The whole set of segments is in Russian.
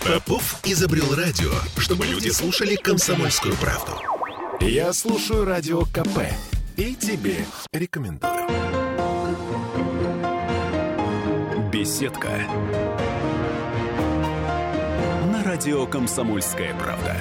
Попов изобрел радио, чтобы люди слушали комсомольскую правду. Я слушаю Радио КП и тебе рекомендую. Беседка. На радио «Комсомольская правда».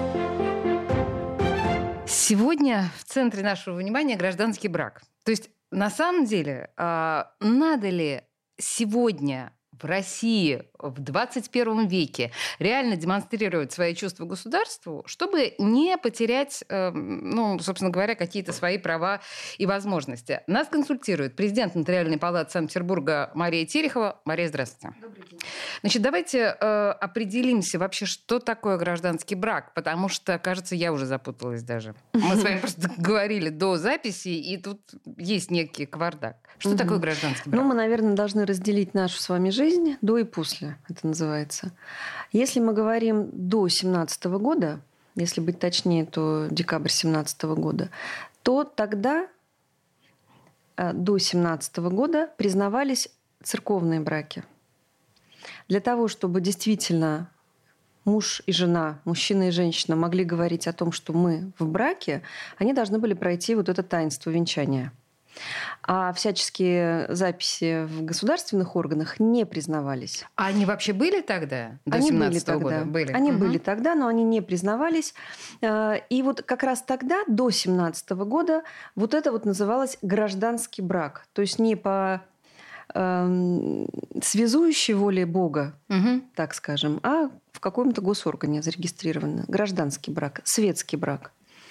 Сегодня в центре нашего внимания гражданский брак. То есть, на самом деле, надо ли сегодня в России в 21 веке реально демонстрировать свои чувства государству, чтобы не потерять, собственно говоря, какие-то свои права и возможности. Нас консультирует президент Нотариальной палаты Санкт-Петербурга Мария Терехова. Мария, здравствуйте. Добрый день. Значит, давайте определимся вообще, что такое гражданский брак, потому что, кажется, я уже запуталась даже. Мы с вами просто говорили до записи, и тут есть некий кавардак. Что такое гражданский брак? Мы, наверное, должны разделить нашу с вами жизнь до и после, это называется. Если мы говорим до 2017 года, если быть точнее, то декабрь 2017 года, то тогда до 2017 года признавались церковные браки. Для того, чтобы действительно муж и жена, мужчина и женщина могли говорить о том, что мы в браке, они должны были пройти вот это таинство венчания. А всяческие записи в государственных органах не признавались. А они вообще были тогда? До 2017 года? Были. Они были тогда, но они не признавались. И вот как раз тогда, до 2017 года, вот это вот называлось гражданский брак. То есть не по связующей воле Бога, так скажем, а в каком-то госоргане зарегистрировано. Гражданский брак, светский брак.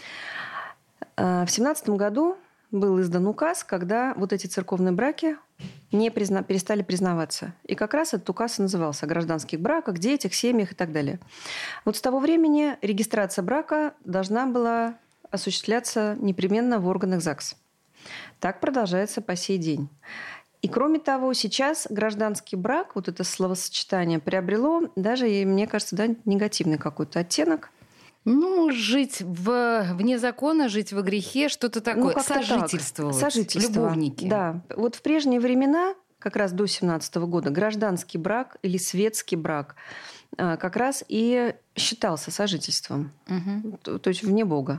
В 2017 году был издан указ, когда вот эти церковные браки перестали признаваться. И как раз этот указ и назывался о гражданских браках, детях, семьях и так далее. Вот с того времени регистрация брака должна была осуществляться непременно в органах ЗАГС. Так продолжается по сей день. И кроме того, сейчас гражданский брак, вот это словосочетание, приобрело даже, мне кажется, негативный какой-то оттенок. Жить вне закона, жить во грехе, что-то такое. Сожительствовать. Сожительство. Любовники. Да. Вот в прежние времена, как раз до 2017 года, гражданский брак или светский брак как раз и считался сожительством. То есть вне Бога.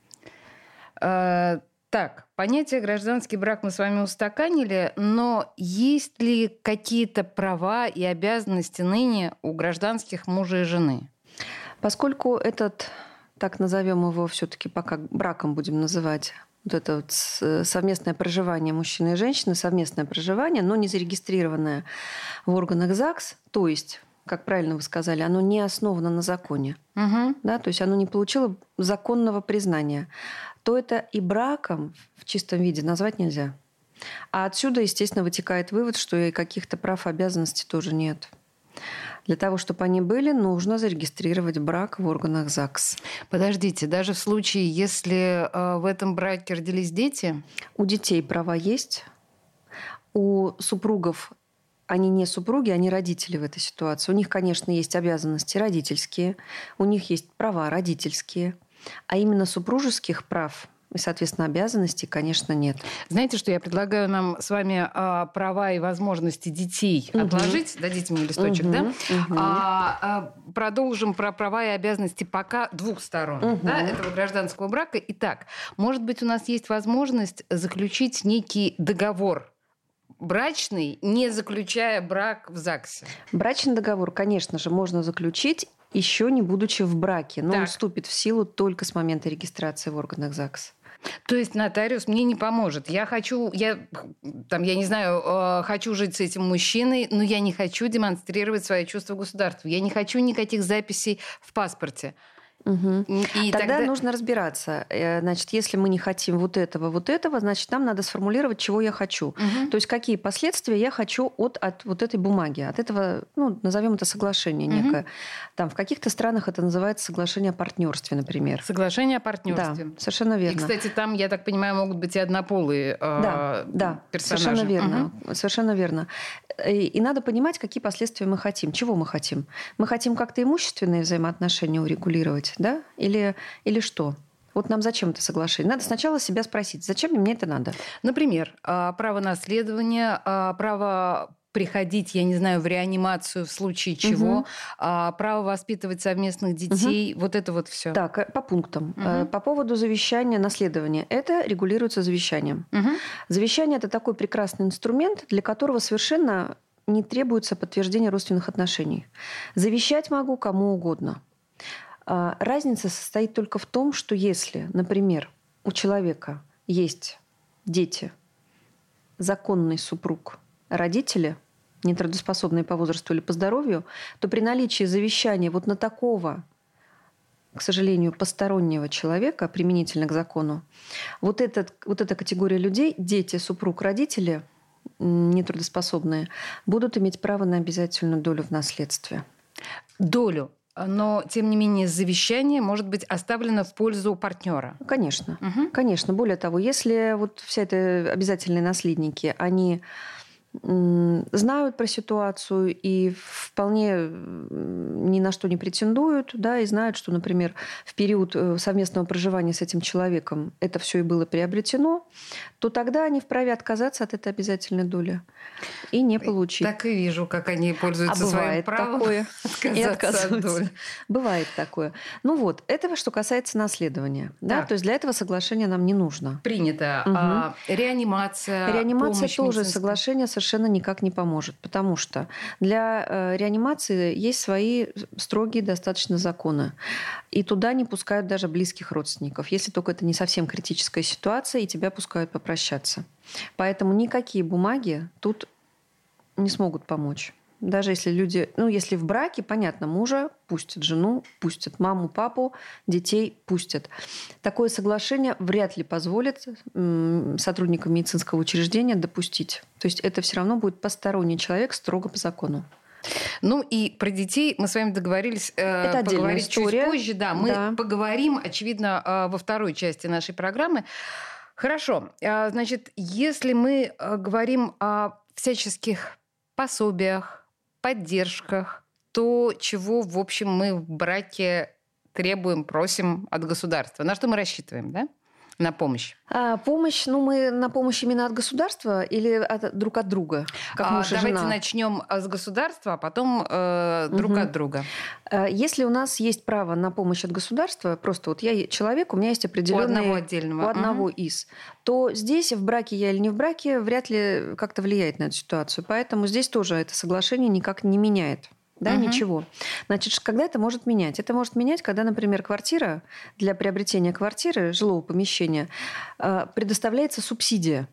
Так, понятие гражданский брак мы с вами устаканили, но есть ли какие-то права и обязанности ныне у гражданских мужа и жены? Поскольку этот, так назовем его все-таки пока браком будем называть, вот это вот совместное проживание мужчины и женщины, совместное проживание, но не зарегистрированное в органах ЗАГС, то есть, как правильно вы сказали, оно не основано на законе, да, то есть оно не получило законного признания, то это и браком в чистом виде назвать нельзя. А отсюда, естественно, вытекает вывод, что и каких-то прав и обязанностей тоже нет. Для того, чтобы они были, нужно зарегистрировать брак в органах ЗАГС. Подождите, даже в случае, если в этом браке родились дети? У детей права есть. У супругов, они не супруги, они родители в этой ситуации. У них, конечно, есть обязанности родительские, у них есть права родительские. А именно супружеских прав и, соответственно, обязанностей, конечно, нет. Знаете, что я предлагаю нам с вами права и возможности детей отложить? Дадите мне листочек, да? Продолжим про права и обязанности пока двух сторон этого гражданского брака. Итак, может быть, у нас есть возможность заключить некий договор брачный, не заключая брак в ЗАГСе? Брачный договор, конечно же, можно заключить, еще не будучи в браке, но он вступит в силу только с момента регистрации в органах ЗАГС. То есть нотариус мне не поможет. Я не знаю, хочу жить с этим мужчиной, но я не хочу демонстрировать свои чувства государству. Я не хочу никаких записей в паспорте. И тогда нужно разбираться. Значит, если мы не хотим вот этого, значит, нам надо сформулировать, чего я хочу. То есть какие последствия я хочу от вот этой бумаги, от этого, назовем это соглашение некое. Там в каких-то странах это называется соглашение о партнерстве, например. Соглашение о партнерстве. Да, совершенно верно. И, кстати, там, я так понимаю, могут быть и однополые персонажи. Совершенно верно. И надо понимать, какие последствия мы хотим, чего мы хотим. Мы хотим как-то имущественные взаимоотношения урегулировать, да? Или что? Вот нам зачем это соглашение? Надо сначала себя спросить, зачем мне это надо? Например, право наследования, право приходить, я не знаю, в реанимацию в случае чего, право воспитывать совместных детей, вот это вот все. Так, по пунктам. По поводу завещания, наследования. Это регулируется завещанием. Завещание – это такой прекрасный инструмент, для которого совершенно не требуется подтверждение родственных отношений. Завещать могу кому угодно. Разница состоит только в том, что если, например, у человека есть дети, законный супруг, родители, нетрудоспособные по возрасту или по здоровью, то при наличии завещания вот на такого, к сожалению, постороннего человека, применительно к закону, вот эта категория людей, дети, супруг, родители, нетрудоспособные, будут иметь право на обязательную долю в наследстве. Долю. Но, тем не менее, завещание может быть оставлено в пользу партнера. Конечно. Конечно. Более того, если вот вся эта обязательные наследники, они знают про ситуацию и вполне ни на что не претендуют, да, и знают, что, например, в период совместного проживания с этим человеком это все и было приобретено, то тогда они вправе отказаться от этой обязательной доли и не получить. Так и вижу, как они пользуются своим правом такое. И отказываются. Бывает такое. Ну вот, это что касается наследования. Да? То есть для этого соглашения нам не нужно. Принято. Реанимация, Реанимация помощь тоже медицинская. соглашение совершенно никак не поможет, потому что для реанимации есть свои строгие достаточно законы. И туда не пускают даже близких родственников, если только это не совсем критическая ситуация, и тебя пускают попрощаться. Поэтому никакие бумаги тут не смогут помочь. Даже если люди... если в браке, понятно, мужа пустят, жену пустят, маму, папу, детей пустят. Такое соглашение вряд ли позволит сотрудникам медицинского учреждения допустить. То есть это все равно будет посторонний человек строго по закону. Ну и про детей мы с вами договорились поговорить чуть позже. Да, мы поговорим, очевидно, во второй части нашей программы. Хорошо. Значит, если мы говорим о всяческих пособиях, поддержках, то, чего, в общем, мы в браке требуем, просим от государства. На что мы рассчитываем, да? На помощь. Помощь, мы на помощь именно от государства или друг от друга, как муж и жена? Давайте начнем с государства, а потом друг от друга. Если у нас есть право на помощь от государства, просто вот я человек, у меня есть определенные... У одного отдельного. У одного из. То здесь, в браке я или не в браке, вряд ли как-то влияет на эту ситуацию. Поэтому здесь тоже это соглашение никак не меняет. Да, ничего. Значит, когда это может менять? Это может менять, когда, например, квартира, для приобретения квартиры, жилого помещения, предоставляется субсидия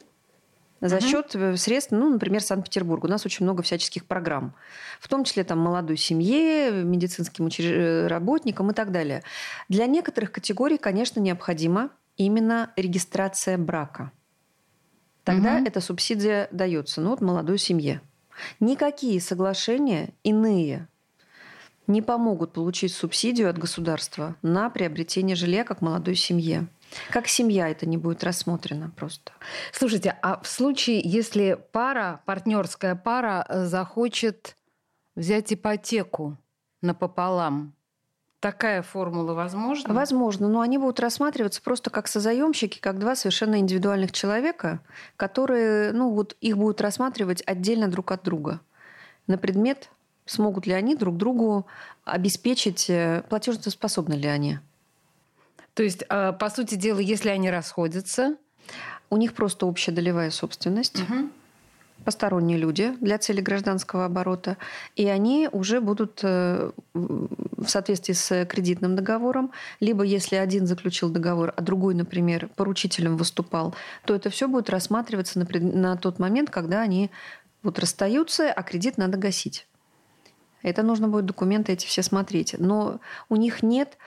за счет средств, например, Санкт-Петербург. У нас очень много всяческих программ, в том числе молодой семье, медицинским работникам и так далее. Для некоторых категорий, конечно, необходима именно регистрация брака. Тогда эта субсидия дается, молодой семье. Никакие соглашения иные не помогут получить субсидию от государства на приобретение жилья как молодой семье. Как семья это не будет рассмотрено просто. Слушайте, а в случае, если партнерская пара захочет взять ипотеку напополам, такая формула возможна? Возможно, но они будут рассматриваться просто как созаемщики, как два совершенно индивидуальных человека, которые, их будут рассматривать отдельно друг от друга на предмет, смогут ли они друг другу обеспечить, платежеспособны ли они. То есть, по сути дела, если они расходятся... У них просто общая долевая собственность. Посторонние люди для цели гражданского оборота, и они уже будут в соответствии с кредитным договором, либо если один заключил договор, а другой, например, поручителем выступал, то это все будет рассматриваться на тот момент, когда они расстаются, а кредит надо гасить. Это нужно будет документы эти все смотреть. Но у них нет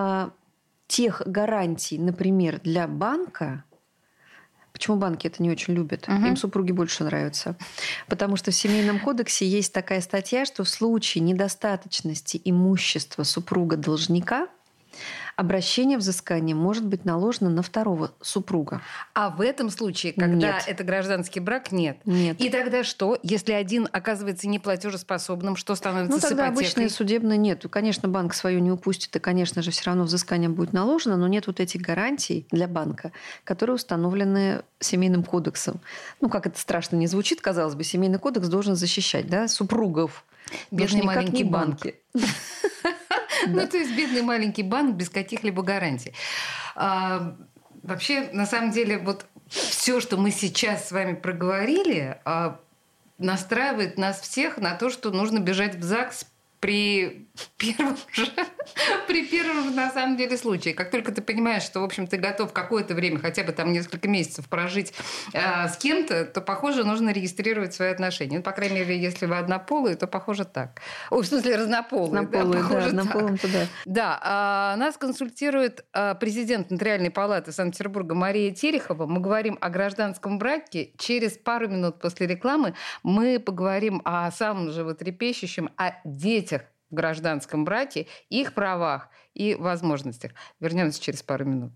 тех гарантий, например, для банка. Почему банки это не очень любят? Им супруги больше нравятся. Потому что в Семейном кодексе есть такая статья, что в случае недостаточности имущества супруга-должника Обращение взыскания может быть наложено на второго супруга. А в этом случае, когда это гражданский брак, нет. Нет. И тогда что? Если один оказывается неплатежеспособным, что становится с тогда ипотекой? обычное судебное нет. Конечно, банк свое не упустит, и, конечно же, все равно взыскание будет наложено, но нет вот этих гарантий для банка, которые установлены Семейным кодексом. Как это страшно не звучит, казалось бы, Семейный кодекс должен защищать, да, супругов. Бедный маленький банк. Банки. То есть бедный маленький банк без каких-либо гарантий. Вообще, на самом деле, вот все, что мы сейчас с вами проговорили, настраивает нас всех на то, что нужно бежать в ЗАГС при первом же, на самом деле, случае. Как только ты понимаешь, что, в общем, ты готов какое-то время, хотя бы там несколько месяцев прожить с кем-то, то, похоже, нужно регистрировать свои отношения. По крайней мере, если вы однополые, то, похоже, так. В смысле, разнополые. Однополым-то да. Да, нас консультирует президент Нотариальной палаты Санкт-Петербурга Мария Терехова. Мы говорим о гражданском браке. Через пару минут после рекламы мы поговорим о самом животрепещущем, о детях в гражданском браке, их правах и возможностях. Вернемся через пару минут.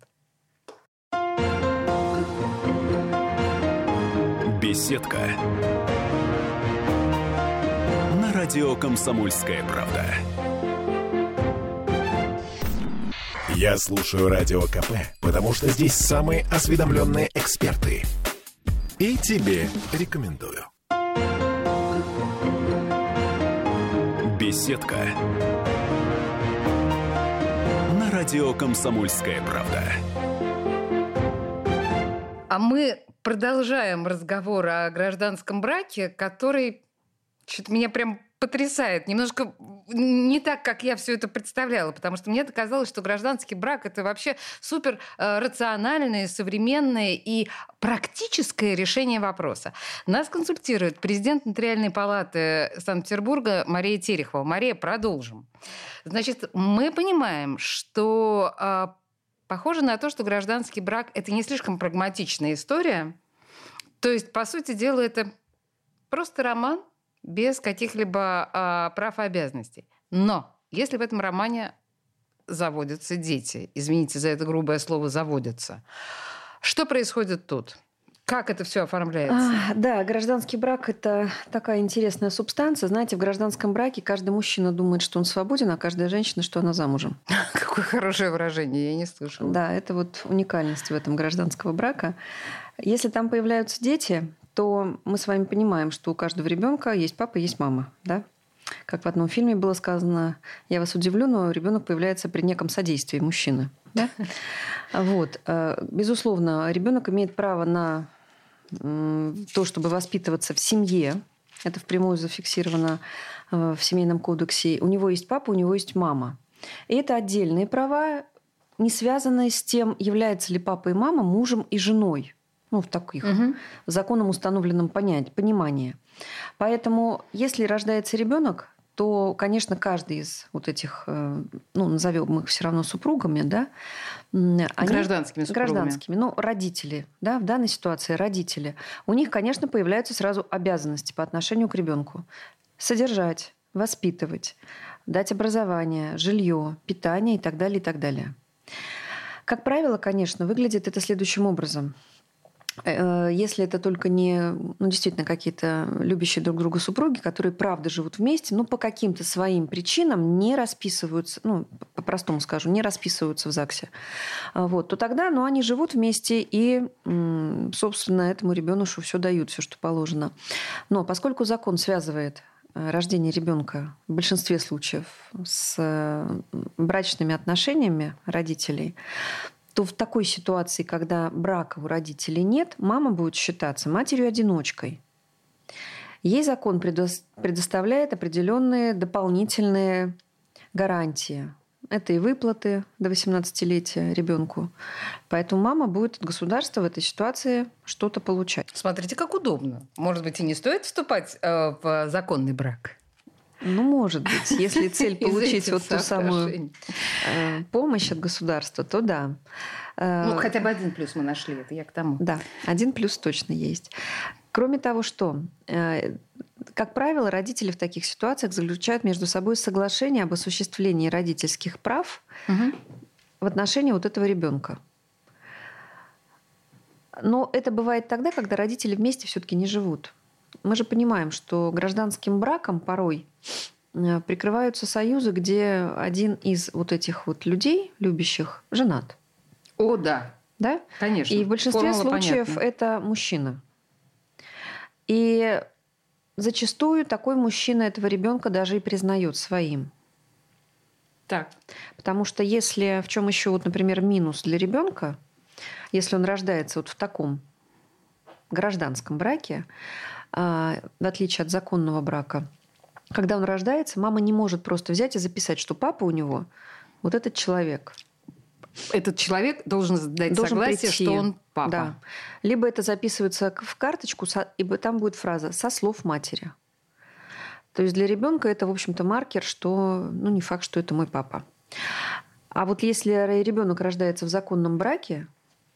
Беседка. На радио «Комсомольская правда». Я слушаю Радио КП, потому что здесь самые осведомленные эксперты. И тебе рекомендую. Беседка. На радио «Комсомольская правда». А мы продолжаем разговор о гражданском браке, который что-то меня прям потрясает. Немножко не так, как я все это представляла, потому что мне казалось, что гражданский брак – это вообще супер рациональное, современное и практическое решение вопроса. Нас консультирует президент Нотариальной палаты Санкт-Петербурга Мария Терехова. Мария, продолжим. Значит, мы понимаем, что похоже на то, что гражданский брак – это не слишком прагматичная история. То есть, по сути дела, это просто роман, без каких-либо прав и обязанностей. Но если в этом романе заводятся дети, извините за это грубое слово «заводятся», что происходит тут? Как это все оформляется? Да, гражданский брак – это такая интересная субстанция. Знаете, в гражданском браке каждый мужчина думает, что он свободен, а каждая женщина, что она замужем. Какое хорошее выражение, я не слышала. Да, это вот уникальность в этом гражданского брака. Если там появляются дети, то мы с вами понимаем, что у каждого ребенка есть папа, есть мама, да? Как в одном фильме было сказано, я вас удивлю, но ребенок появляется при неком содействии мужчины. Да? Вот. Безусловно, ребенок имеет право на то, чтобы воспитываться в семье. Это впрямую зафиксировано в Семейном кодексе. У него есть папа, у него есть мама. И это отдельные права, не связанные с тем, является ли папа и мама мужем и женой. В таких законом установленном понимании. Поэтому, если рождается ребенок, то, конечно, каждый из вот этих, назовем их все равно супругами, да, гражданскими, родители, да, в данной ситуации родители, у них, конечно, появляются сразу обязанности по отношению к ребенку: содержать, воспитывать, дать образование, жилье, питание и так далее, и так далее. Как правило, конечно, выглядит это следующим образом. Если это только не действительно какие-то любящие друг друга супруги, которые правда живут вместе, но по каким-то своим причинам не расписываются, по-простому скажу, не расписываются в ЗАГСе, то тогда они живут вместе и, собственно, этому ребенушу все дают, все, что положено. Но поскольку закон связывает рождение ребенка в большинстве случаев с брачными отношениями родителей, то в такой ситуации, когда брака у родителей нет, мама будет считаться матерью-одиночкой. Ей закон предоставляет определенные дополнительные гарантии. Это и выплаты до 18-летия ребенку. Поэтому мама будет от государства в этой ситуации что-то получать. Смотрите, как удобно. Может быть, и не стоит вступать в законный брак? Может быть. Если цель получить вот ту самую помощь от государства, то да. Хотя бы один плюс мы нашли, это я к тому. Да, один плюс точно есть. Кроме того, что, как правило, родители в таких ситуациях заключают между собой соглашение об осуществлении родительских прав в отношении вот этого ребенка. Но это бывает тогда, когда родители вместе все-таки не живут. Мы же понимаем, что гражданским браком порой прикрываются союзы, где один из вот этих вот людей, любящих, женат. О, да. Да? Конечно. И в большинстве Формула случаев понятна. это мужчина. И зачастую такой мужчина этого ребенка даже и признает своим. Так. Потому что если, в чем еще, вот, например, минус для ребенка, если он рождается вот в таком гражданском браке, в отличие от законного брака, когда он рождается, мама не может просто взять и записать, что папа у него вот этот человек. Этот человек должен дать согласие, прийти. что он папа. Да. Либо это записывается в карточку, и там будет фраза «со слов матери». То есть для ребенка это, в общем-то, маркер, что не факт, что это мой папа. А вот если ребенок рождается в законном браке,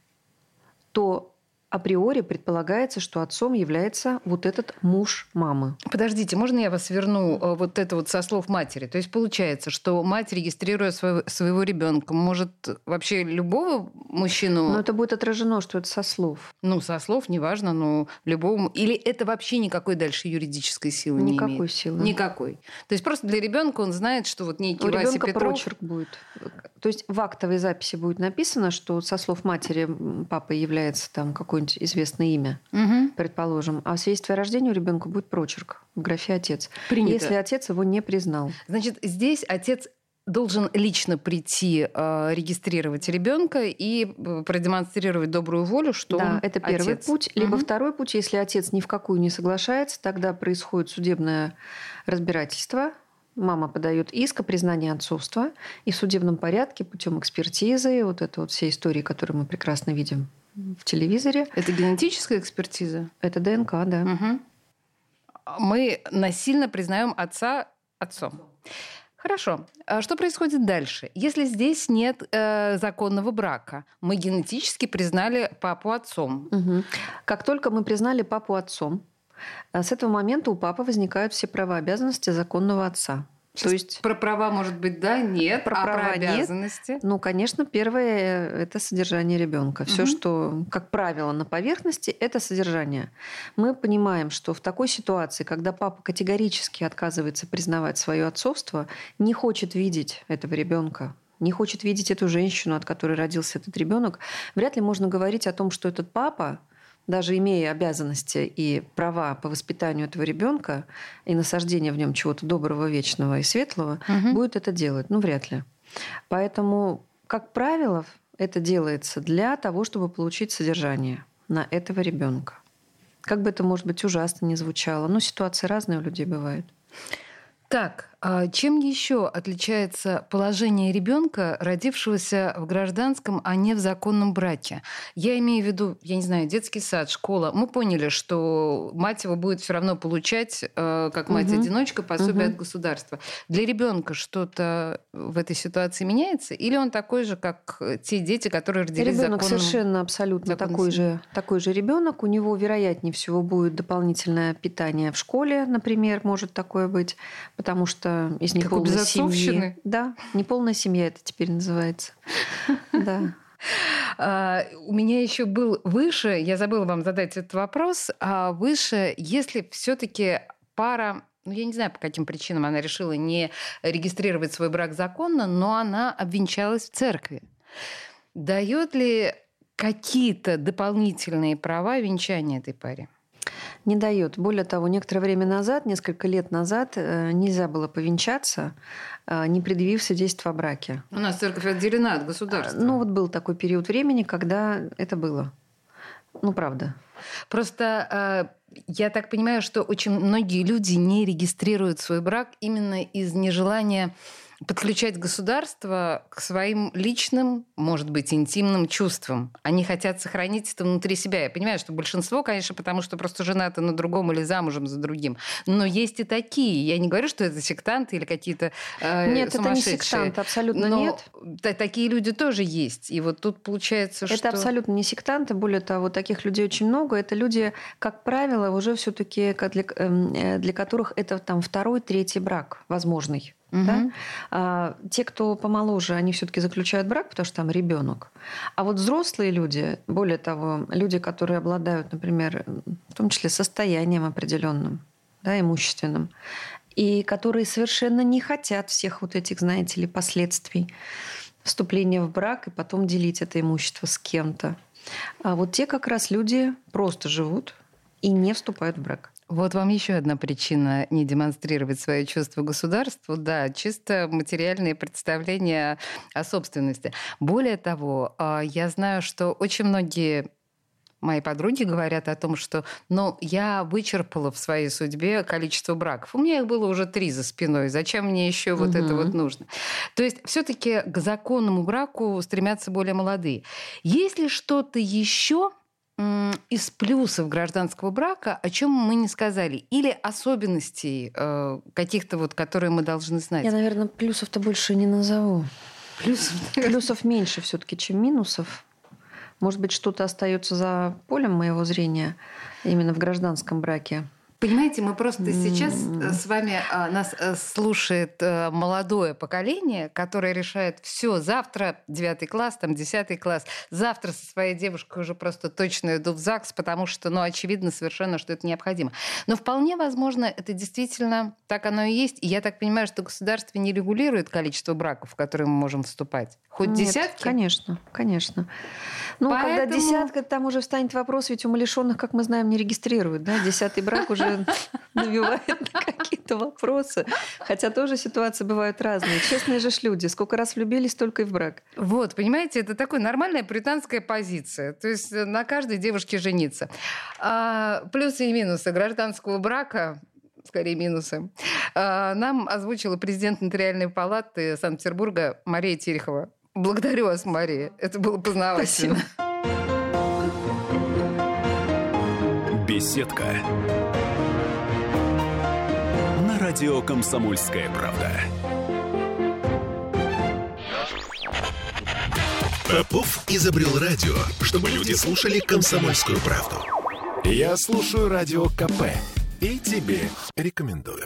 то априори предполагается, что отцом является вот этот муж мамы. Подождите, можно я вас верну вот это вот со слов матери? То есть получается, что мать, регистрируя своего ребенка, может вообще любого мужчину... Но это будет отражено, что это со слов. Со слов, неважно, но любому... Или это вообще никакой дальше юридической силы не имеет? Никакой силы. Никакой. То есть просто для ребенка он знает, что вот некий У Вася ребенка Петров... прочерк будет. То есть в актовой записи будет написано, что со слов матери папа является там какое-нибудь известное имя, предположим. А в свидетельстве о рождении у ребенка будет прочерк в графе «отец». Принято. Если отец его не признал. Значит, здесь отец должен лично прийти регистрировать ребенка и продемонстрировать добрую волю, что да, он это первый отец. путь. Либо второй путь, если отец ни в какую не соглашается, тогда происходит судебное разбирательство. Мама подает иск о признании отцовства, и в судебном порядке путем экспертизы, вот это вот все истории, которые мы прекрасно видим в телевизоре. Это генетическая экспертиза? Это ДНК, да. Угу. Мы насильно признаем отца отцом. Хорошо. А что происходит дальше? Если здесь нет законного брака, мы генетически признали папу отцом. Угу. Как только мы признали папу отцом, с этого момента у папы возникают все права и обязанности законного отца. То есть про права, может быть, да, нет, про права обязанности? Нет. Конечно, первое – это содержание ребенка. Все, что, как правило, на поверхности – это содержание. Мы понимаем, что в такой ситуации, когда папа категорически отказывается признавать свое отцовство, не хочет видеть этого ребенка, не хочет видеть эту женщину, от которой родился этот ребенок, вряд ли можно говорить о том, что этот папа, даже имея обязанности и права по воспитанию этого ребенка и насаждение в нем чего-то доброго, вечного и светлого, будет это делать. Вряд ли. Поэтому, как правило, это делается для того, чтобы получить содержание на этого ребенка. Как бы это, может быть, ужасно не звучало, но ситуации разные у людей бывают. Так, а чем еще отличается положение ребенка, родившегося в гражданском, а не в законном браке? Я имею в виду, я не знаю, детский сад, школа. Мы поняли, что мать его будет все равно получать, как мать-одиночка, пособие от государства. Для ребенка что-то в этой ситуации меняется? Или он такой же, как те дети, которые родились ребенок законным? Совершенно абсолютно такой же ребенок. У него, вероятнее всего, будет дополнительное питание в школе, например, может такое быть. Потому что из неполной семьи... Да, неполная семья это теперь называется. Да. У меня еще был выше, я забыла вам задать этот вопрос, а выше, если все-таки пара, я не знаю, по каким причинам она решила не регистрировать свой брак законно, но она обвенчалась в церкви. Дает ли какие-то дополнительные права венчания этой паре? Не дает. Более того, некоторое время назад, несколько лет назад, нельзя было повенчаться, не предъявив свидетельство о браке. У нас церковь отделена от государства. Был такой период времени, когда это было. Правда. Просто я так понимаю, что очень многие люди не регистрируют свой брак именно из нежелания подключать государство к своим личным, может быть, интимным чувствам. Они хотят сохранить это внутри себя. Я понимаю, что большинство, конечно, потому что просто женаты на другом или замужем за другим. Но есть и такие. Я не говорю, что это сектанты или какие-то нет, сумасшедшие. Это не сектанты, абсолютно но нет. Такие люди тоже есть. И вот тут получается, что... Это абсолютно не сектанты. Более того, таких людей очень много. Это люди, как правило, уже все-таки для которых это там второй, третий брак возможный. Да? Те, кто помоложе, они все-таки заключают брак, потому что там ребенок. А вот взрослые люди, более того, люди, которые обладают, например, в том числе состоянием определенным, да, имущественным, и которые совершенно не хотят всех вот этих, знаете ли, последствий вступления в брак и потом делить это имущество с кем-то. А вот те как раз люди просто живут и не вступают в брак. Вот вам еще одна причина не демонстрировать свои чувства государству. Да, чисто материальные представления о собственности. Более того, я знаю, что очень многие мои подруги говорят о том, что я вычерпала в своей судьбе количество браков. У меня их было уже 3 за спиной. Зачем мне еще вот это вот нужно? То есть все-таки к законному браку стремятся более молодые. Есть ли что-то еще из плюсов гражданского брака, о чем мы не сказали? Или особенностей каких-то, вот, которые мы должны знать? Я, наверное, плюсов-то больше не назову. Плюсов меньше все-таки, чем минусов. Может быть, что-то остается за полем моего зрения именно в гражданском браке. Понимаете, мы просто сейчас с вами, нас слушает молодое поколение, которое решает: все, завтра 9 класс, там 10 класс, завтра со своей девушкой уже просто точно иду в ЗАГС, потому что, очевидно совершенно, что это необходимо. Но вполне возможно, это действительно так оно и есть. И я так понимаю, что государство не регулирует количество браков, в которые мы можем вступать. Хоть десятки? Конечно. Когда десятка, там уже встанет вопрос, ведь умалишенных, как мы знаем, не регистрируют. Да? 10-й брак уже навевает на какие-то вопросы. Хотя тоже ситуации бывают разные. Честные же люди. Сколько раз влюбились, столько и в брак. Вот, понимаете, это такая нормальная британская позиция. То есть на каждой девушке жениться. Плюсы и минусы гражданского брака, скорее минусы, нам озвучила президент Нотариальной палаты Санкт-Петербурга Мария Терехова. Благодарю вас, Мария. Это было познавательно. Беседка. На радио «Комсомольская правда». Попов изобрел радио, чтобы люди слушали «Комсомольскую правду». Я слушаю радио КП и тебе рекомендую.